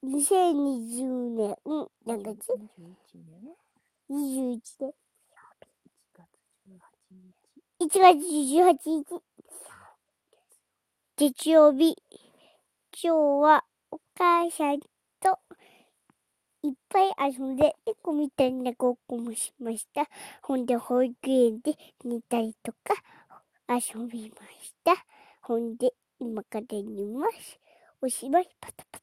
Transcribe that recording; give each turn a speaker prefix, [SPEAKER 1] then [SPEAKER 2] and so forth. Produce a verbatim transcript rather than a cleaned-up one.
[SPEAKER 1] にせんにじゅうねん、何月
[SPEAKER 2] にじゅういちねん
[SPEAKER 1] ?にじゅういちねん。
[SPEAKER 2] いちがつじゅうはちにち。
[SPEAKER 1] いちがつじゅうはちにち。月曜日。今日はお母さんといっぱい遊んで、猫みたいなごっこもしました。ほんで保育園で寝たりとか遊びました。ほんで今から寝ます。おしまい。パタパタ。